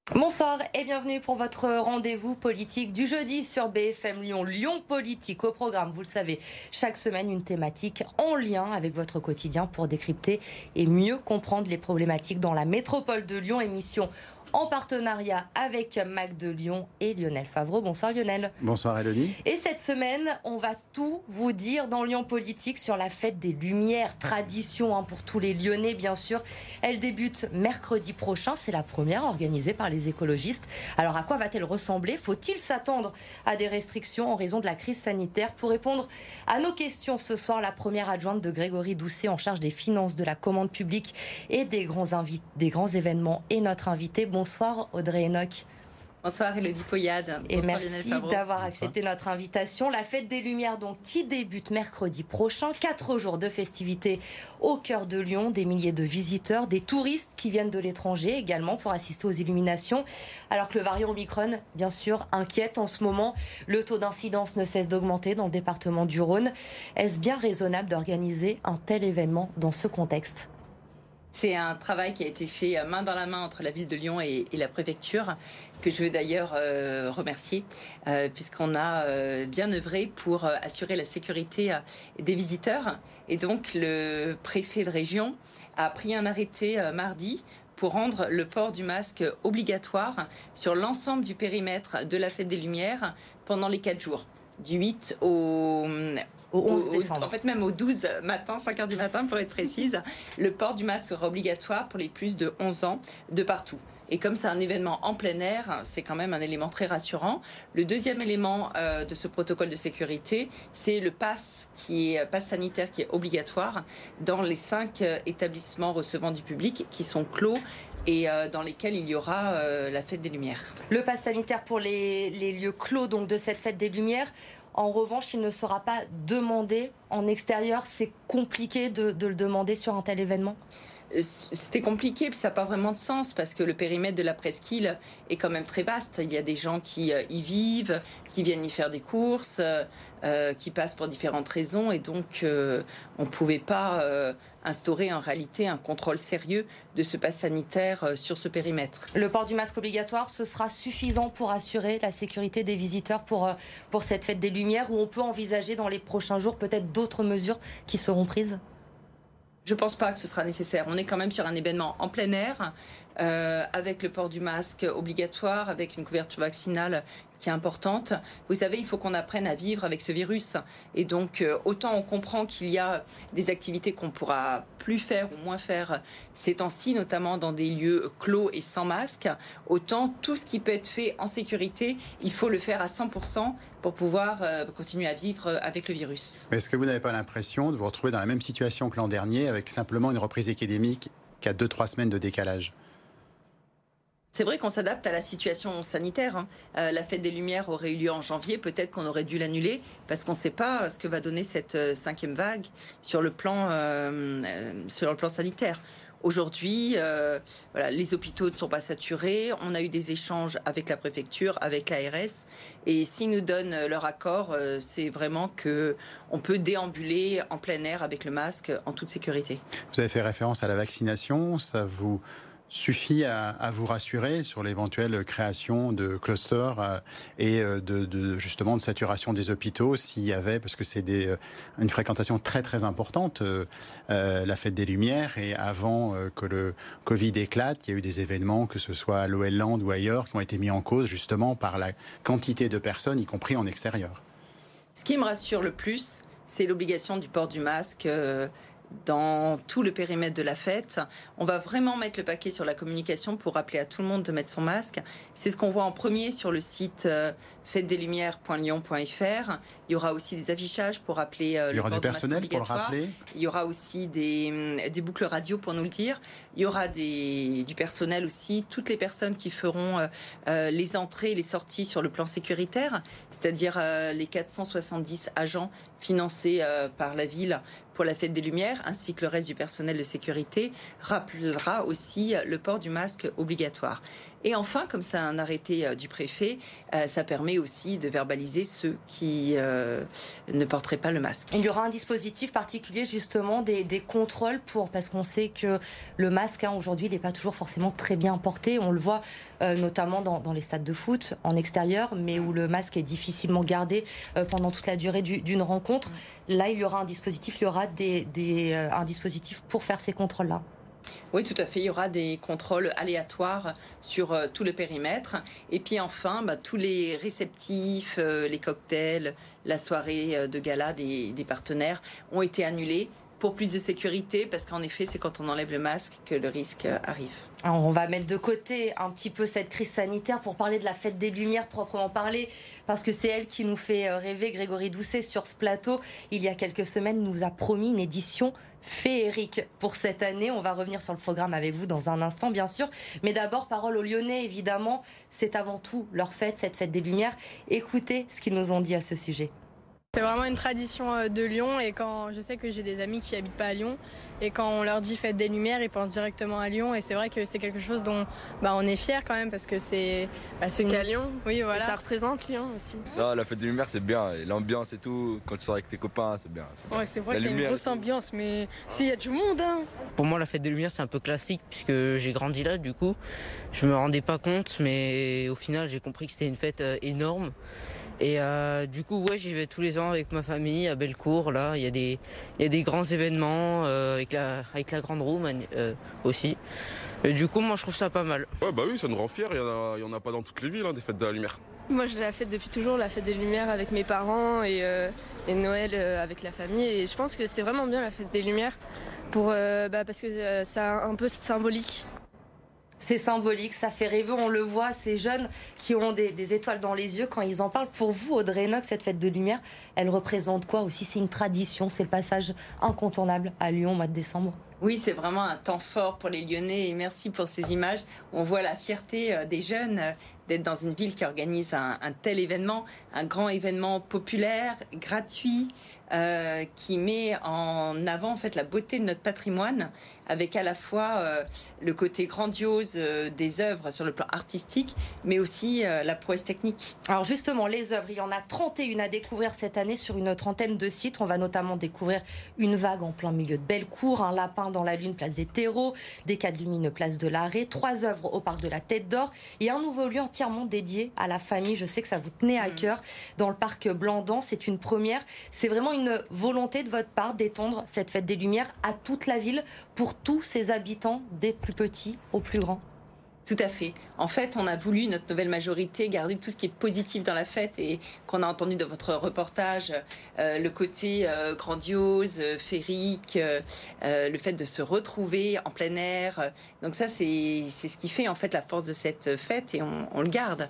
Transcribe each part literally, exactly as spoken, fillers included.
Bonsoir et bienvenue pour votre rendez-vous politique du jeudi sur B F M Lyon. Lyon Politique au programme, vous le savez, chaque semaine une thématique en lien avec votre quotidien pour décrypter et mieux comprendre les problématiques dans la métropole de Lyon. Émission en partenariat avec Mac de Lyon et Lionel Favreau. Bonsoir Lionel. Bonsoir Elodie. Et cette semaine, on va tout vous dire dans Lyon Politique sur la fête des Lumières. Tradition hein, pour tous les Lyonnais, bien sûr. Elle débute mercredi prochain. C'est la première organisée par les écologistes. Alors à quoi va-t-elle ressembler? Faut-il s'attendre à des restrictions en raison de la crise sanitaire? Pour répondre à nos questions ce soir, la première adjointe de Grégory Doucet en charge des finances, de la commande publique et des grands, invi- des grands événements est notre invitée. Bonsoir Audrey Enoch. Bonsoir Elodie Poyade. Et Bonsoir merci d'avoir accepté notre invitation. La fête des Lumières donc qui débute mercredi prochain. Quatre jours de festivités au cœur de Lyon. Des milliers de visiteurs, des touristes qui viennent de l'étranger également pour assister aux illuminations. Alors que le variant Omicron, bien sûr, inquiète en ce moment. Le taux d'incidence ne cesse d'augmenter dans le département du Rhône. Est-ce bien raisonnable d'organiser un tel événement dans ce contexte ? C'est un travail qui a été fait main dans la main entre la ville de Lyon et, et la préfecture, que je veux d'ailleurs euh, remercier, euh, puisqu'on a euh, bien œuvré pour euh, assurer la sécurité euh, des visiteurs. Et donc le préfet de région a pris un arrêté euh, mardi pour rendre le port du masque obligatoire sur l'ensemble du périmètre de la fête des Lumières pendant les quatre jours, du huit au... Au onze décembre. En fait, même au douze matin, cinq heures du matin pour être précise, le port du masque sera obligatoire pour les plus de onze ans de partout. Et comme c'est un événement en plein air, c'est quand même un élément très rassurant. Le deuxième élément euh, de ce protocole de sécurité, c'est le pass, qui est, pass sanitaire qui est obligatoire dans les cinq euh, établissements recevant du public qui sont clos et euh, dans lesquels il y aura euh, la fête des Lumières. Le pass sanitaire pour les, les lieux clos donc, de cette fête des Lumières. En revanche, il ne sera pas demandé en extérieur. C'est compliqué de, de le demander sur un tel événement ? C'était compliqué, puis ça n'a pas vraiment de sens parce que le périmètre de la presqu'île est quand même très vaste. Il y a des gens qui y vivent, qui viennent y faire des courses, euh, qui passent pour différentes raisons et donc euh, on ne pouvait pas euh, instaurer en réalité un contrôle sérieux de ce pass sanitaire euh, sur ce périmètre. Le port du masque obligatoire, ce sera suffisant pour assurer la sécurité des visiteurs pour, euh, pour cette fête des Lumières où on peut envisager dans les prochains jours peut-être d'autres mesures qui seront prises ? Je ne pense pas que ce sera nécessaire. On est quand même sur un événement en plein air, euh, avec le port du masque obligatoire, avec une couverture vaccinale qui est importante. Vous savez, il faut qu'on apprenne à vivre avec ce virus. Et donc, euh, autant on comprend qu'il y a des activités qu'on ne pourra plus faire ou moins faire ces temps-ci, notamment dans des lieux clos et sans masque, autant tout ce qui peut être fait en sécurité, il faut le faire à cent pour cent pour pouvoir euh, continuer à vivre avec le virus. Est-ce que vous n'avez pas l'impression de vous retrouver dans la même situation que l'an dernier, avec simplement une reprise épidémique qui a deux trois semaines de décalage ? C'est vrai qu'on s'adapte à la situation sanitaire. Hein. Euh, la fête des Lumières aurait eu lieu en janvier. Peut-être qu'on aurait dû l'annuler parce qu'on ne sait pas ce que va donner cette euh, cinquième vague sur le plan, euh, euh, sur le plan sanitaire. Aujourd'hui, euh, voilà, les hôpitaux ne sont pas saturés. On a eu des échanges avec la préfecture, avec l'A R S. Et s'ils nous donnent leur accord, euh, c'est vraiment qu'on peut déambuler en plein air avec le masque en toute sécurité. Vous avez fait référence à la vaccination. Ça vous suffit à, à vous rassurer sur l'éventuelle création de clusters euh, et de, de justement de saturation des hôpitaux s'il y avait, parce que c'est des, une fréquentation très très importante, euh, euh, la fête des Lumières, et avant euh, que le Covid éclate, il y a eu des événements, que ce soit à l'O L Land ou ailleurs, qui ont été mis en cause justement par la quantité de personnes, y compris en extérieur. Ce qui me rassure le plus, c'est l'obligation du port du masque euh, dans tout le périmètre de la fête. On va vraiment mettre le paquet sur la communication pour rappeler à tout le monde de mettre son masque. C'est ce qu'on voit en premier sur le site euh, fête des lumières point lyon point f r. Il y aura aussi des affichages pour rappeler euh, Il y aura le port du du masque personnel pour le obligatoire. rappeler. Il y aura aussi des, des boucles radio pour nous le dire. Il y aura des, du personnel aussi, toutes les personnes qui feront euh, euh, les entrées et les sorties sur le plan sécuritaire, c'est-à-dire euh, les quatre cent soixante-dix agents financés euh, par la ville pour la fête des Lumières, ainsi que le reste du personnel de sécurité, rappellera aussi le port du masque obligatoire. Et enfin, comme c'est un arrêté euh, du préfet, euh, ça permet aussi de verbaliser ceux qui euh, ne porteraient pas le masque. Il y aura un dispositif particulier justement des, des contrôles pour, parce qu'on sait que le masque hein, aujourd'hui il n'est pas toujours forcément très bien porté. On le voit euh, notamment dans, dans les stades de foot en extérieur, mais où le masque est difficilement gardé euh, pendant toute la durée du, d'une rencontre. Là, il y aura un dispositif, il y aura des, des, euh, un dispositif pour faire ces contrôles-là. Oui, tout à fait. Il y aura des contrôles aléatoires sur euh, tout le périmètre. Et puis enfin, bah, tous les réceptifs, euh, les cocktails, la soirée euh, de gala des, des partenaires ont été annulés pour plus de sécurité, parce qu'en effet, c'est quand on enlève le masque que le risque euh, arrive. Alors, on va mettre de côté un petit peu cette crise sanitaire pour parler de la fête des Lumières proprement parler, parce que c'est elle qui nous fait rêver. Grégory Doucet, sur ce plateau, il y a quelques semaines, nous a promis une édition féerique pour cette année. On va revenir sur le programme avec vous dans un instant, bien sûr. Mais d'abord, parole aux Lyonnais, évidemment. C'est avant tout leur fête, cette fête des Lumières. Écoutez ce qu'ils nous ont dit à ce sujet. C'est vraiment une tradition de Lyon, et quand je sais que j'ai des amis qui habitent pas à Lyon, et quand on leur dit fête des Lumières, ils pensent directement à Lyon, et c'est vrai que c'est quelque chose dont bah, on est fiers quand même, parce que c'est bah, c'est une... qu'à Lyon. Oui, voilà. Et ça représente Lyon aussi. Non, la fête des Lumières c'est bien, et l'ambiance et tout, quand tu sors avec tes copains c'est bien. C'est bien. Ouais, c'est vrai La qu'il y a une lumière, grosse ambiance, mais s'il y a du monde. Hein. Pour moi, la fête des Lumières c'est un peu classique, puisque j'ai grandi là, du coup je me rendais pas compte, mais au final j'ai compris que c'était une fête euh, énorme. Et euh, du coup, ouais, j'y vais tous les ans avec ma famille à Bellecour. Là, il y a des, il y a des grands événements euh, avec la, avec la grande roue euh, aussi. Et du coup, moi, je trouve ça pas mal. Ouais, bah oui, ça nous rend fiers. Il y en a, il y en a pas dans toutes les villes, hein, des fêtes de la lumière. Moi, je la fête depuis toujours, la fête des Lumières avec mes parents et, euh, et Noël euh, avec la famille. Et je pense que c'est vraiment bien la fête des Lumières pour, euh, bah, parce que euh, c'est un peu symbolique. C'est symbolique, ça fait rêver, on le voit, ces jeunes qui ont des, des étoiles dans les yeux quand ils en parlent. Pour vous, Audrey Enoch, cette fête de lumière, elle représente quoi aussi? C'est une tradition, c'est le passage incontournable à Lyon au mois de décembre. Oui, c'est vraiment un temps fort pour les Lyonnais, et merci pour ces images. On voit la fierté des jeunes d'être dans une ville qui organise un, un tel événement, un grand événement populaire, gratuit, euh, qui met en avant en fait la beauté de notre patrimoine, avec à la fois euh, le côté grandiose euh, des œuvres sur le plan artistique, mais aussi euh, la prouesse technique. Alors justement, les œuvres, il y en a trente et une à découvrir cette année sur une trentaine de sites. On va notamment découvrir une vague en plein milieu de Bellecour, un lapin dans la lune, place des terreaux, des cadres lumineux, place de l'Arrêt, trois œuvres au parc de la Tête d'Or et un nouveau lieu entièrement dédié à la famille. Je sais que ça vous tenait à cœur dans le parc Blandan. C'est une première. C'est vraiment une volonté de votre part d'étendre cette fête des Lumières à toute la ville pour tous ses habitants, des plus petits aux plus grands. Tout à fait. En fait, on a voulu, notre nouvelle majorité, garder tout ce qui est positif dans la fête et qu'on a entendu dans votre reportage, euh, le côté euh, grandiose, euh, féerique, euh, euh, le fait de se retrouver en plein air. Donc ça, c'est c'est ce qui fait en fait la force de cette fête et on, on le garde.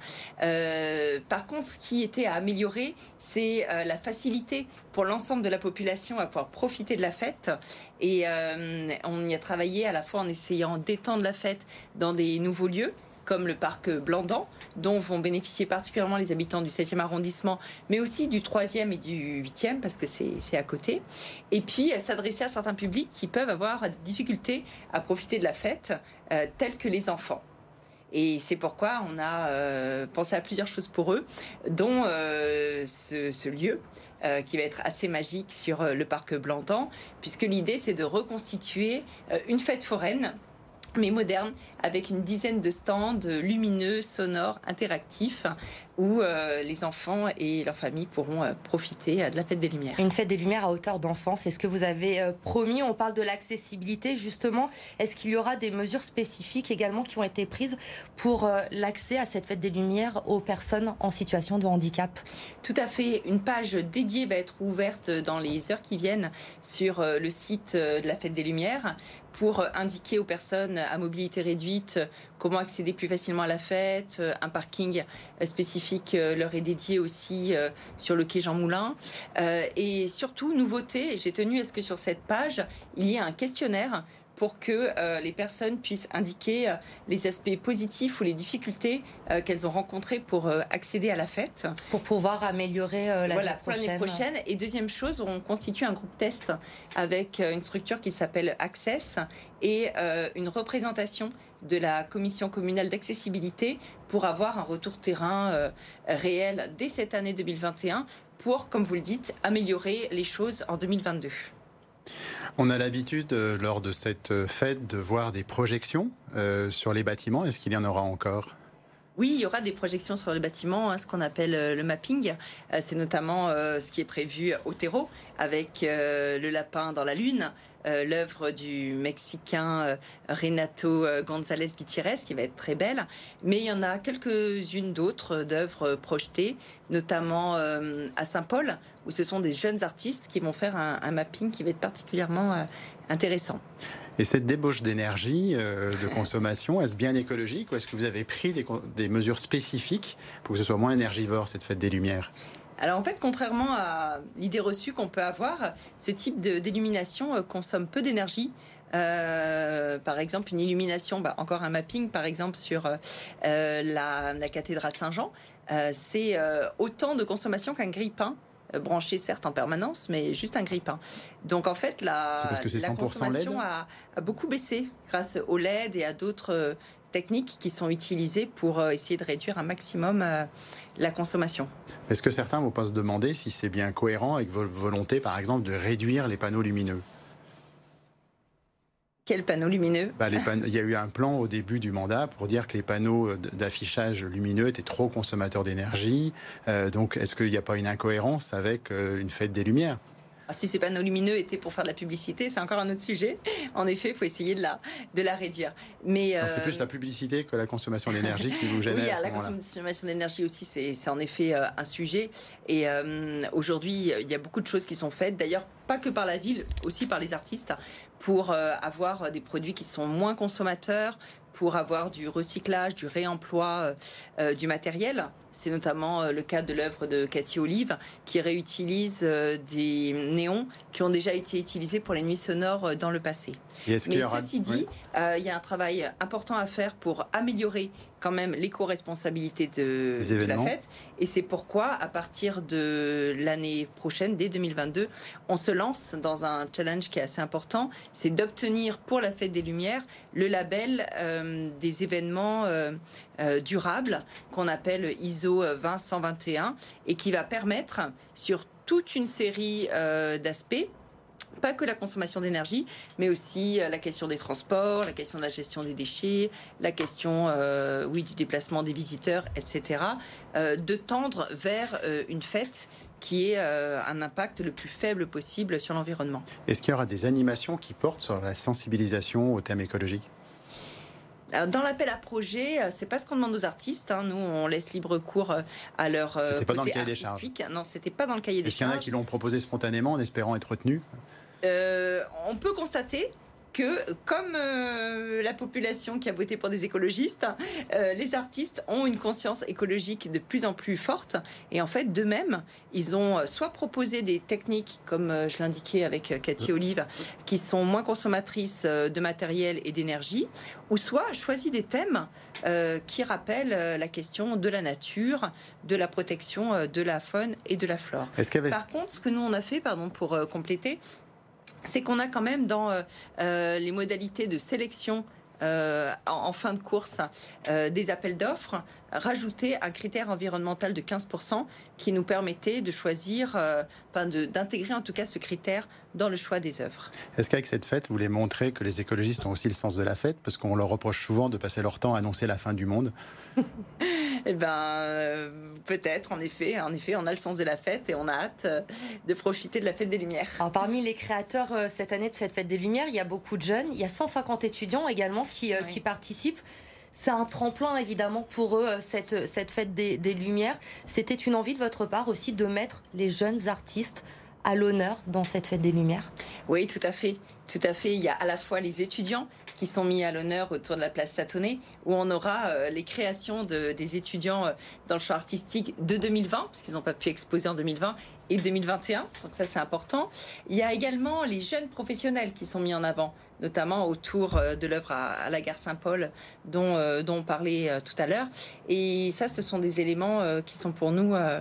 Euh, par contre, ce qui était à améliorer, c'est euh, la facilité pour l'ensemble de la population à pouvoir profiter de la fête. Et euh, on y a travaillé à la fois en essayant d'étendre la fête dans des nouveaux lieux, comme le parc Blandan, dont vont bénéficier particulièrement les habitants du septième arrondissement, mais aussi du troisième et du huitième, parce que c'est à côté. Et puis s'adresser à certains publics qui peuvent avoir des difficultés à profiter de la fête, euh, tels que les enfants. Et c'est pourquoi on a euh, pensé à plusieurs choses pour eux, dont euh, ce, ce lieu, Euh, qui va être assez magique sur euh, le parc Blandan, puisque l'idée c'est de reconstituer euh, une fête foraine, mais moderne, avec une dizaine de stands lumineux, sonores, interactifs, où euh, les enfants et leurs familles pourront euh, profiter euh, de la fête des Lumières. Une fête des Lumières à hauteur d'enfants, c'est ce que vous avez euh, promis. On parle de l'accessibilité, justement. Est-ce qu'il y aura des mesures spécifiques également qui ont été prises pour euh, l'accès à cette fête des Lumières aux personnes en situation de handicap? Tout à fait. Une page dédiée va être ouverte dans les heures qui viennent sur euh, le site euh, de la fête des Lumières, pour indiquer aux personnes à mobilité réduite comment accéder plus facilement à la fête. Un parking spécifique leur est dédié aussi sur le quai Jean Moulin. Et surtout, nouveauté, j'ai tenu à ce que sur cette page, il y ait un questionnaire pour que euh, les personnes puissent indiquer euh, les aspects positifs ou les difficultés euh, qu'elles ont rencontrées pour euh, accéder à la fête. Pour pouvoir améliorer euh, voilà, l'année pour l'année prochaine. Et deuxième chose, on constitue un groupe test avec euh, une structure qui s'appelle Access et euh, une représentation de la commission communale d'accessibilité pour avoir un retour terrain euh, réel dès cette année deux mille vingt et un pour, comme vous le dites, améliorer les choses en deux mille vingt-deux. On a l'habitude, euh, lors de cette fête, de voir des projections euh, sur les bâtiments. Est-ce qu'il y en aura encore ? Oui, il y aura des projections sur les bâtiments, hein, ce qu'on appelle euh, le mapping. Euh, c'est notamment euh, ce qui est prévu au Terreau, avec euh, le lapin dans la lune, euh, l'œuvre du Mexicain euh, Renato euh, González Gutiérrez, qui va être très belle. Mais il y en a quelques-unes d'autres d'œuvres projetées, notamment euh, à Saint-Paul, où ce sont des jeunes artistes qui vont faire un, un mapping qui va être particulièrement euh, intéressant. Et cette débauche d'énergie, euh, de consommation, est-ce bien écologique ou est-ce que vous avez pris des, des mesures spécifiques pour que ce soit moins énergivore, cette fête des Lumières ? Alors en fait, contrairement à l'idée reçue qu'on peut avoir, ce type de, d'illumination consomme peu d'énergie. Euh, par exemple, une illumination, bah, encore un mapping, par exemple, sur euh, la, la cathédrale Saint-Jean, euh, c'est euh, autant de consommation qu'un grille-pain. Branché certes en permanence, mais juste un grille-pain. Donc en fait, la, la consommation a, a beaucoup baissé grâce au L E D et à d'autres euh, techniques qui sont utilisées pour euh, essayer de réduire un maximum euh, la consommation. Est-ce que certains vont pas se demander si c'est bien cohérent avec votre volonté, par exemple, de réduire les panneaux lumineux ? Quels panneaux lumineux ? bah, les panneaux, il y a eu un plan au début du mandat pour dire que les panneaux d'affichage lumineux étaient trop consommateurs d'énergie. Euh, donc, est-ce qu'il n'y a pas une incohérence avec euh, une fête des Lumières ? Ah, si ces panneaux lumineux étaient pour faire de la publicité, c'est encore un autre sujet. En effet, il faut essayer de la, de la réduire. Mais, euh... c'est plus la publicité que la consommation d'énergie qui vous gêne. Oui, à ce la consommation d'énergie aussi, c'est, c'est en effet euh, un sujet. Et euh, aujourd'hui, il y a beaucoup de choses qui sont faites. D'ailleurs, pas que par la ville, aussi par les artistes, pour euh, avoir des produits qui sont moins consommateurs, pour avoir du recyclage, du réemploi euh, euh, du matériel. C'est notamment euh, le cas de l'œuvre de Cathy Olive, qui réutilise euh, des néons qui ont déjà été utilisés pour les nuits sonores euh, dans le passé. Mais aura... ceci dit, oui. euh, il y a un travail important à faire pour améliorer quand même l'éco-responsabilité de, de la fête. Et c'est pourquoi, à partir de l'année prochaine, dès deux mille vingt-deux, on se lance dans un challenge qui est assez important. C'est d'obtenir pour la Fête des Lumières le label euh, des événements euh, euh, durables qu'on appelle I S O vingt cent vingt et un et qui va permettre, sur toute une série euh, d'aspects, pas que la consommation d'énergie, mais aussi la question des transports, la question de la gestion des déchets, la question euh, oui, du déplacement des visiteurs, et cetera, euh, de tendre vers euh, une fête qui ait euh, un impact le plus faible possible sur l'environnement. Est-ce qu'il y aura des animations qui portent sur la sensibilisation au thème écologique ? Alors, dans l'appel à projet, c'est pas ce qu'on demande aux artistes. Hein. Nous, on laisse libre cours à leur euh, c'était pas côté dans le cahier artistique. Des charges. Non, c'était pas dans le cahier des charges. Est-ce qu'il y en a qui l'ont proposé spontanément en espérant être retenus ? Euh, on peut constater que, comme euh, la population qui a voté pour des écologistes, euh, les artistes ont une conscience écologique de plus en plus forte. Et en fait, d'eux-mêmes, ils ont soit proposé des techniques, comme euh, je l'indiquais avec Cathy Olive, qui sont moins consommatrices euh, de matériel et d'énergie, ou soit choisi des thèmes euh, qui rappellent euh, la question de la nature, de la protection euh, de la faune et de la flore. Avait... Par contre, ce que nous, on a fait, pardon, pour euh, compléter, c'est qu'on a quand même dans euh, les modalités de sélection euh, en, en fin de course euh, des appels d'offres, rajouté un critère environnemental de quinze pour cent qui nous permettait de choisir, euh, enfin de, d'intégrer en tout cas ce critère dans le choix des œuvres. Est-ce qu'avec cette fête, vous voulez montrer que les écologistes ont aussi le sens de la fête, parce qu'on leur reproche souvent de passer leur temps à annoncer la fin du monde ? Eh ben, euh, peut-être, en effet. En effet, on a le sens de la fête et on a hâte euh, de profiter de la Fête des Lumières. Alors, parmi les créateurs euh, cette année de cette Fête des Lumières, il y a beaucoup de jeunes. Il y a cent cinquante étudiants également qui, euh, oui. qui participent. C'est un tremplin, évidemment, pour eux, cette, cette Fête des, des Lumières. C'était une envie de votre part aussi de mettre les jeunes artistes à l'honneur dans cette Fête des Lumières ? Oui, tout à fait. Tout à fait. Il y a à la fois les étudiants qui sont mis à l'honneur autour de la place Satonnet, où on aura euh, les créations de, des étudiants euh, dans le champ artistique de deux mille vingt, parce qu'ils n'ont pas pu exposer en deux mille vingt, et deux mille vingt et un, donc ça c'est important. Il y a également les jeunes professionnels qui sont mis en avant, notamment autour euh, de l'œuvre à, à la gare Saint-Paul, dont, euh, dont on parlait euh, tout à l'heure. Et ça, ce sont des éléments euh, qui sont pour nous euh,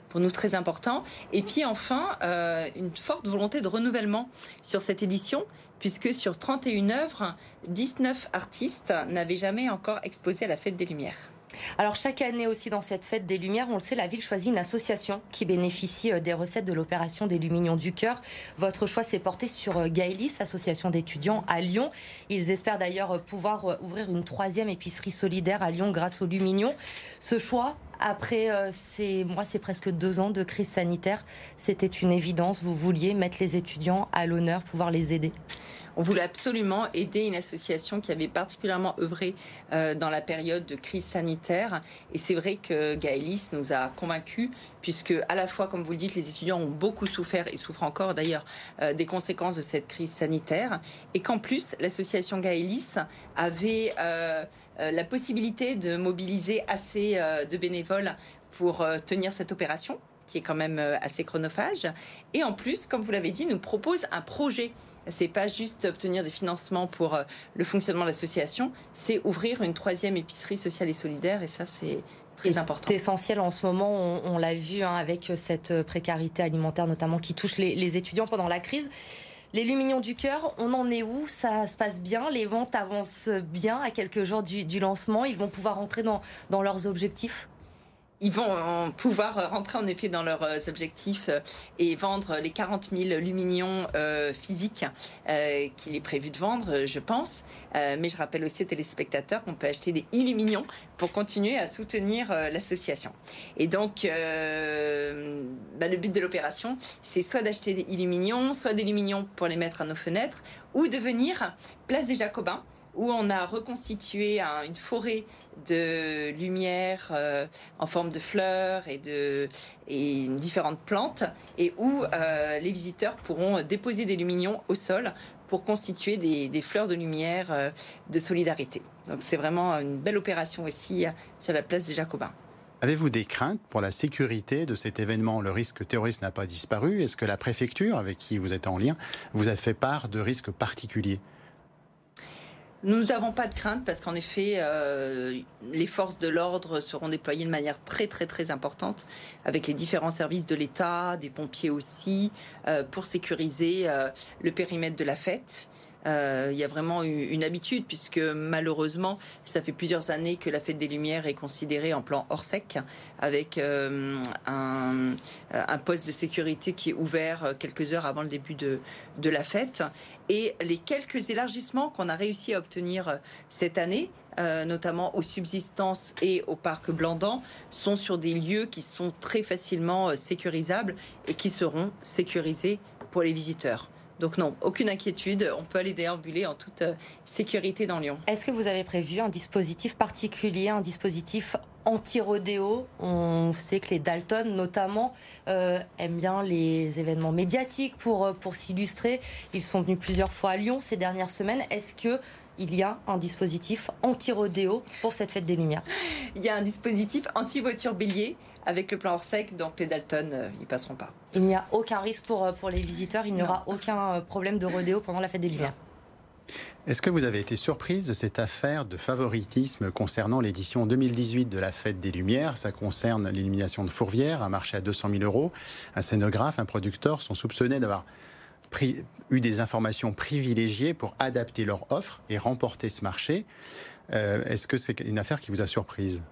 pour nous très important. Et puis enfin, euh, une forte volonté de renouvellement sur cette édition, puisque sur trente et une œuvres, dix-neuf artistes n'avaient jamais encore exposé à la Fête des Lumières. Alors chaque année aussi dans cette fête des Lumières, on le sait, la ville choisit une association qui bénéficie des recettes de l'opération des Lumignons du Cœur. Votre choix s'est porté sur Gaëlis, association d'étudiants à Lyon. Ils espèrent d'ailleurs pouvoir ouvrir une troisième épicerie solidaire à Lyon grâce aux Lumignons. Ce choix, après euh, ces mois, c'est presque deux ans de crise sanitaire, c'était une évidence. Vous vouliez mettre les étudiants à l'honneur, pouvoir les aider. On voulait absolument aider une association qui avait particulièrement œuvré euh, dans la période de crise sanitaire. Et c'est vrai que Gaëlis nous a convaincus, puisque à la fois, comme vous le dites, les étudiants ont beaucoup souffert et souffrent encore d'ailleurs euh, des conséquences de cette crise sanitaire. Et qu'en plus, l'association Gaëlis avait euh, euh, la possibilité de mobiliser assez euh, de bénévoles pour euh, tenir cette opération, qui est quand même euh, assez chronophage. Et en plus, comme vous l'avez dit, nous propose un projet. C'est pas juste obtenir des financements pour le fonctionnement de l'association, c'est ouvrir une troisième épicerie sociale et solidaire, et ça c'est très important. C'est essentiel en ce moment, on, on l'a vu hein, avec cette précarité alimentaire notamment qui touche les, les étudiants pendant la crise. Les Lumignons du Cœur, on en est où? Ça se passe bien? Les ventes avancent bien à quelques jours du, du lancement? Ils vont pouvoir rentrer dans, dans leurs objectifs? Ils vont pouvoir rentrer en effet dans leurs objectifs et vendre les quarante mille lumignons euh, physiques euh, qu'il est prévu de vendre, je pense. Euh, mais je rappelle aussi aux téléspectateurs qu'on peut acheter des e-lumignons pour continuer à soutenir euh, l'association. Et donc, euh, bah, le but de l'opération, c'est soit d'acheter des e-lumignons, soit des lumignons pour les mettre à nos fenêtres, ou de venir place des Jacobins, où on a reconstitué un, une forêt de lumière euh, en forme de fleurs et de et différentes plantes, et où euh, les visiteurs pourront déposer des lumignons au sol pour constituer des, des fleurs de lumière euh, de solidarité. Donc c'est vraiment une belle opération aussi euh, sur la place des Jacobins. Avez-vous des craintes pour la sécurité de cet événement? Le risque terroriste n'a pas disparu. Est-ce que la préfecture, avec qui vous êtes en lien, vous a fait part de risques particuliers? Nous n'avons pas de crainte parce qu'en effet, euh, les forces de l'ordre seront déployées de manière très très très importante avec les différents services de l'État, des pompiers aussi, euh, pour sécuriser euh, le périmètre de la fête. Euh, il y a vraiment eu une habitude puisque malheureusement, ça fait plusieurs années que la Fête des Lumières est considérée en plan Orsec avec euh, un, un poste de sécurité qui est ouvert quelques heures avant le début de, de la fête. Et les quelques élargissements qu'on a réussi à obtenir cette année, euh, notamment aux subsistances et au parc Blandan, sont sur des lieux qui sont très facilement sécurisables et qui seront sécurisés pour les visiteurs. Donc non, aucune inquiétude, on peut aller déambuler en toute sécurité dans Lyon. Est-ce que vous avez prévu un dispositif particulier, un dispositif anti-rodéo? On sait que les Dalton, notamment, euh, aiment bien les événements médiatiques pour, pour s'illustrer. Ils sont venus plusieurs fois à Lyon ces dernières semaines. Est-ce que il y a un dispositif anti-rodéo pour cette fête des Lumières? Il y a un dispositif anti-voiture bélier. Avec le plan Orsec, donc les Dalton, euh, ils passeront pas. Il n'y a aucun risque pour, pour les visiteurs, il n'y aura aucun problème de rodéo pendant la Fête des Lumières. Est-ce que vous avez été surprise de cette affaire de favoritisme concernant l'édition deux mille dix-huit de la Fête des Lumières? Ça concerne l'élimination de Fourvière, un marché à deux cent mille euros. Un scénographe, un producteur sont soupçonnés d'avoir pris, eu des informations privilégiées pour adapter leur offre et remporter ce marché. Euh, est-ce que c'est une affaire qui vous a surprise?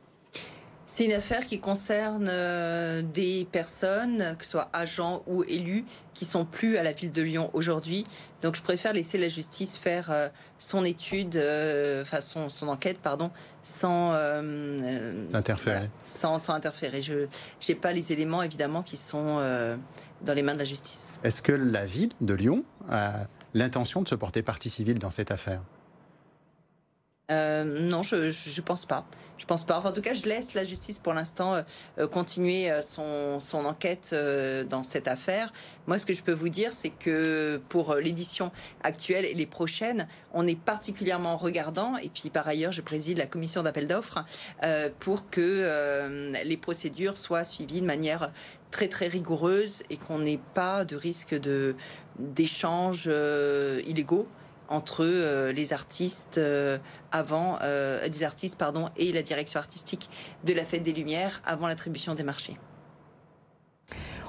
C'est une affaire qui concerne euh, des personnes, que ce soit agents ou élus, qui sont plus à la ville de Lyon aujourd'hui. Donc je préfère laisser la justice faire euh, son étude, euh, enfin son, son enquête, pardon, sans euh, interférer. Voilà, sans, sans interférer. Je n'ai pas les éléments évidemment qui sont euh, dans les mains de la justice. Est-ce que la ville de Lyon a l'intention de se porter partie civile dans cette affaire? Euh, non, je, je pense pas. Je pense pas. Enfin, en tout cas, je laisse la justice pour l'instant euh, continuer son, son enquête euh, dans cette affaire. Moi, ce que je peux vous dire, c'est que pour l'édition actuelle et les prochaines, on est particulièrement regardant. Et puis, par ailleurs, je préside la commission d'appel d'offres euh, pour que euh, les procédures soient suivies de manière très très rigoureuse et qu'on n'ait pas de risque de d'échanges euh, illégaux entre euh, les artistes euh, avant euh, des artistes pardon et la direction artistique de la Fête des Lumières avant l'attribution des marchés.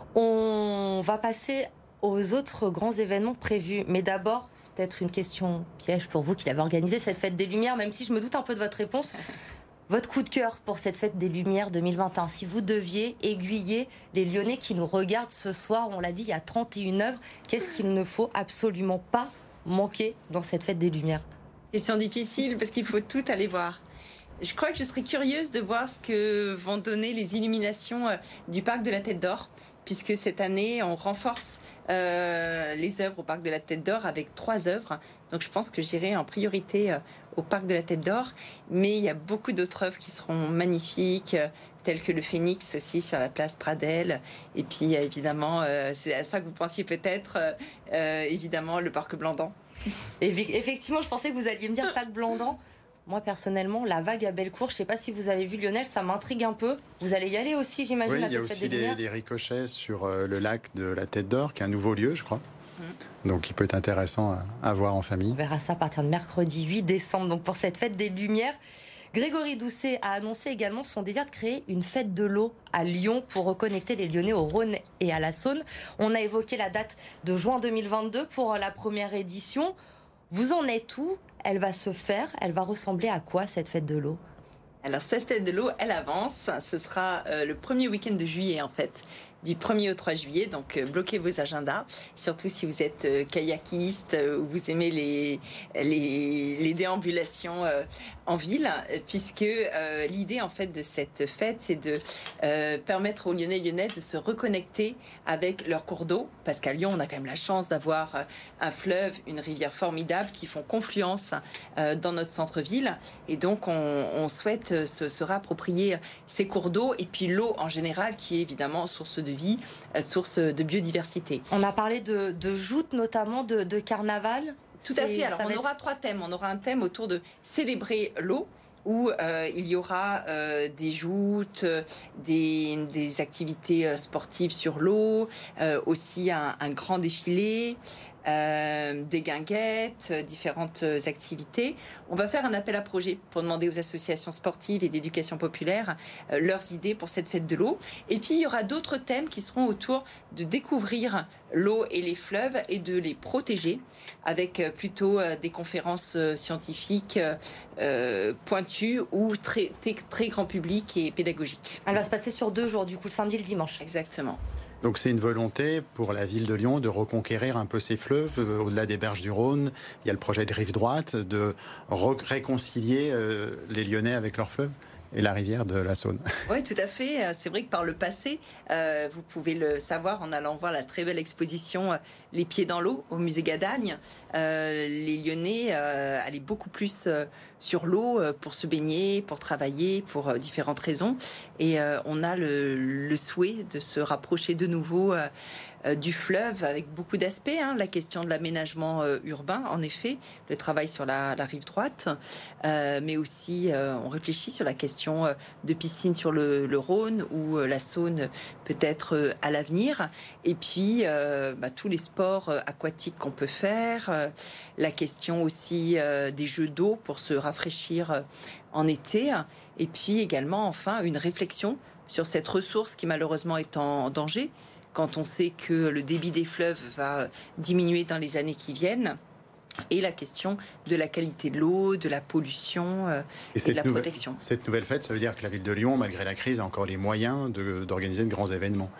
On va passer aux autres grands événements prévus. Mais d'abord, c'est peut-être une question piège pour vous qui l'avez organisé, cette fête des Lumières, même si je me doute un peu de votre réponse. Votre coup de cœur pour cette fête des Lumières deux mille vingt et un, si vous deviez aiguiller les Lyonnais qui nous regardent ce soir, on l'a dit, il y a trente et une œuvres, qu'est-ce qu'il ne faut absolument pas manquer dans cette fête des Lumières? Question difficile parce qu'il faut tout aller voir. Je crois que je serais curieuse de voir ce que vont donner les illuminations du parc de la Tête d'Or, puisque cette année, on renforce euh, les œuvres au parc de la Tête d'Or avec trois œuvres. Donc je pense que j'irai en priorité euh, au parc de la Tête d'Or. Mais il y a beaucoup d'autres œuvres qui seront magnifiques, euh, telles que le Phénix aussi sur la place Pradel. Et puis évidemment, euh, c'est à ça que vous pensiez peut-être, euh, euh, évidemment, le parc Blandan. Effectivement, je pensais que vous alliez me dire parc Blandan. Moi, personnellement, la vague à Bellecour, je ne sais pas si vous avez vu Lionel, ça m'intrigue un peu. Vous allez y aller aussi, j'imagine, oui, à cette fête des Lumières. Il y a aussi des ricochets sur euh, le lac de la Tête d'Or, qui est un nouveau lieu, je crois. Mmh. Donc, il peut être intéressant à, à voir en famille. On verra ça à partir de mercredi huit décembre, donc pour cette fête des Lumières. Grégory Doucet a annoncé également son désir de créer une fête de l'eau à Lyon pour reconnecter les Lyonnais au Rhône et à la Saône. On a évoqué la date de juin deux mille vingt-deux pour la première édition. Vous en êtes où? Elle va se faire, elle va ressembler à quoi cette fête de l'eau? Alors cette fête de l'eau, elle avance. Ce sera euh, le premier week-end de juillet en fait, du premier au trois juillet. Donc euh, bloquez vos agendas, surtout si vous êtes euh, kayakiste euh, ou vous aimez les, les, les déambulations euh, en ville, puisque euh, l'idée en fait de cette fête, c'est de euh, permettre aux Lyonnais et Lyonnaises de se reconnecter avec leur cours d'eau, parce qu'à Lyon, on a quand même la chance d'avoir un fleuve, une rivière formidable qui font confluence euh, dans notre centre-ville, et donc on, on souhaite se, se réapproprier ces cours d'eau et puis l'eau en général, qui est évidemment source de vie, euh, source de biodiversité. On a parlé de, de joutes, notamment de, de carnaval. Tout à fait. Alors, on aura être... trois thèmes. On aura un thème autour de célébrer l'eau, où euh, il y aura euh, des joutes, des, des activités sportives sur l'eau, euh, aussi un, un grand défilé, euh, des guinguettes, différentes activités. On va faire un appel à projet pour demander aux associations sportives et d'éducation populaire euh, leurs idées pour cette fête de l'eau. Et puis, il y aura d'autres thèmes qui seront autour de découvrir l'eau et les fleuves et de les protéger, avec plutôt des conférences scientifiques euh, pointues ou très, très, très grand public et pédagogiques. Elle va se passer sur deux jours, du coup le samedi et le dimanche. Exactement. Donc c'est une volonté pour la ville de Lyon de reconquérir un peu ses fleuves, euh, au-delà des berges du Rhône. Il y a le projet de Rive Droite, de réconcilier euh, les Lyonnais avec leurs fleuves et la rivière de la Saône. Oui, tout à fait. C'est vrai que par le passé, euh, vous pouvez le savoir en allant voir la très belle exposition euh, Les Pieds dans l'eau au musée Gadagne. Euh, les Lyonnais euh, allaient beaucoup plus euh, sur l'eau euh, pour se baigner, pour travailler, pour euh, différentes raisons. Et euh, on a le, le souhait de se rapprocher de nouveau euh, euh, du fleuve avec beaucoup d'aspects. Hein. La question de l'aménagement euh, urbain, en effet, le travail sur la, la rive droite, euh, mais aussi euh, on réfléchit sur la question de piscine sur le, le Rhône ou la Saône peut-être à l'avenir, et puis euh, bah, tous les sports aquatiques qu'on peut faire, euh, la question aussi euh, des jeux d'eau pour se rafraîchir en été, et puis également enfin une réflexion sur cette ressource qui malheureusement est en danger quand on sait que le débit des fleuves va diminuer dans les années qui viennent. Et la question de la qualité de l'eau, de la pollution euh, et, et de la nouvelle, protection. Cette nouvelle fête, ça veut dire que la ville de Lyon, malgré la crise, a encore les moyens de, d'organiser de grands événements.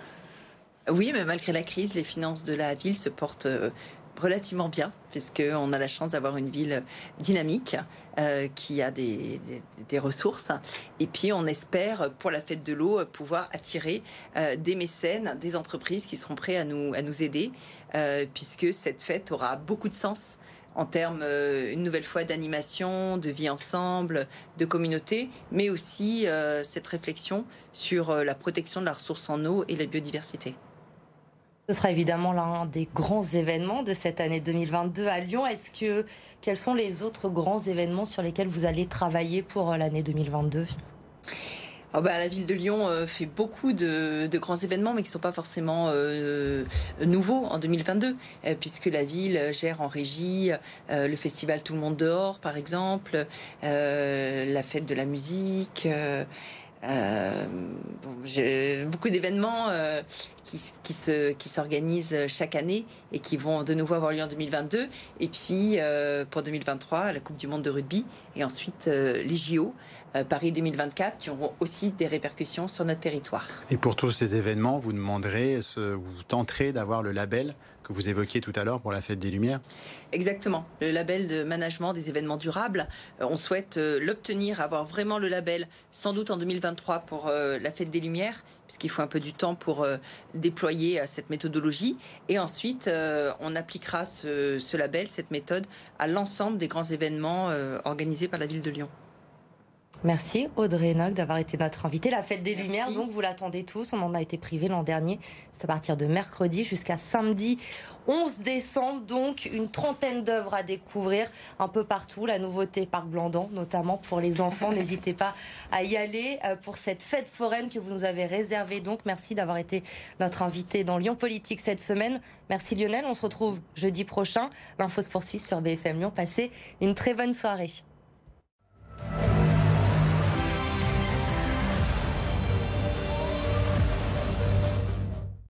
Oui, mais malgré la crise, les finances de la ville se portent euh, relativement bien, puisqu'on a la chance d'avoir une ville dynamique euh, qui a des, des, des ressources. Et puis, on espère, pour la fête de l'eau, pouvoir attirer euh, des mécènes, des entreprises qui seront prêts à nous, à nous aider, euh, puisque cette fête aura beaucoup de sens en termes, euh, une nouvelle fois, d'animation, de vie ensemble, de communauté, mais aussi euh, cette réflexion sur euh, la protection de la ressource en eau et la biodiversité. Ce sera évidemment l'un des grands événements de cette année deux mille vingt-deux à Lyon. Est-ce que, quels sont les autres grands événements sur lesquels vous allez travailler pour l'année deux mille vingt-deux ? Oh bah, la ville de Lyon euh, fait beaucoup de, de grands événements, mais qui ne sont pas forcément euh, nouveaux en deux mille vingt-deux, euh, puisque la ville gère en régie euh, le festival Tout le monde dehors, par exemple, euh, la fête de la musique, euh, Euh, bon, j'ai beaucoup d'événements euh, qui, qui, se, qui s'organisent chaque année et qui vont de nouveau avoir lieu en deux mille vingt-deux. Et puis euh, pour deux mille vingt-trois, la Coupe du Monde de rugby et ensuite euh, les J O. Euh, Paris deux mille vingt-quatre, qui auront aussi des répercussions sur notre territoire. Et pour tous ces événements, vous demanderez, ce, vous tenterez d'avoir le label que vous évoquiez tout à l'heure pour la Fête des Lumières? Exactement, le label de management des événements durables. Euh, on souhaite euh, l'obtenir, avoir vraiment le label, sans doute en deux mille vingt-trois pour euh, la Fête des Lumières, puisqu'il faut un peu du temps pour euh, déployer euh, cette méthodologie. Et ensuite, euh, on appliquera ce, ce label, cette méthode, à l'ensemble des grands événements euh, organisés par la ville de Lyon. Merci Audrey Enoch d'avoir été notre invitée. La Fête des Merci. Lumières, donc vous l'attendez tous, on en a été privé l'an dernier. C'est à partir de mercredi jusqu'à samedi onze décembre, donc une trentaine d'œuvres à découvrir un peu partout. La nouveauté Parc Blandan, notamment pour les enfants. N'hésitez pas à y aller pour cette fête foraine que vous nous avez réservée. Donc merci d'avoir été notre invité dans Lyon Politique cette semaine. Merci Lionel, on se retrouve jeudi prochain. L'info se poursuit sur B F M Lyon. Passez une très bonne soirée.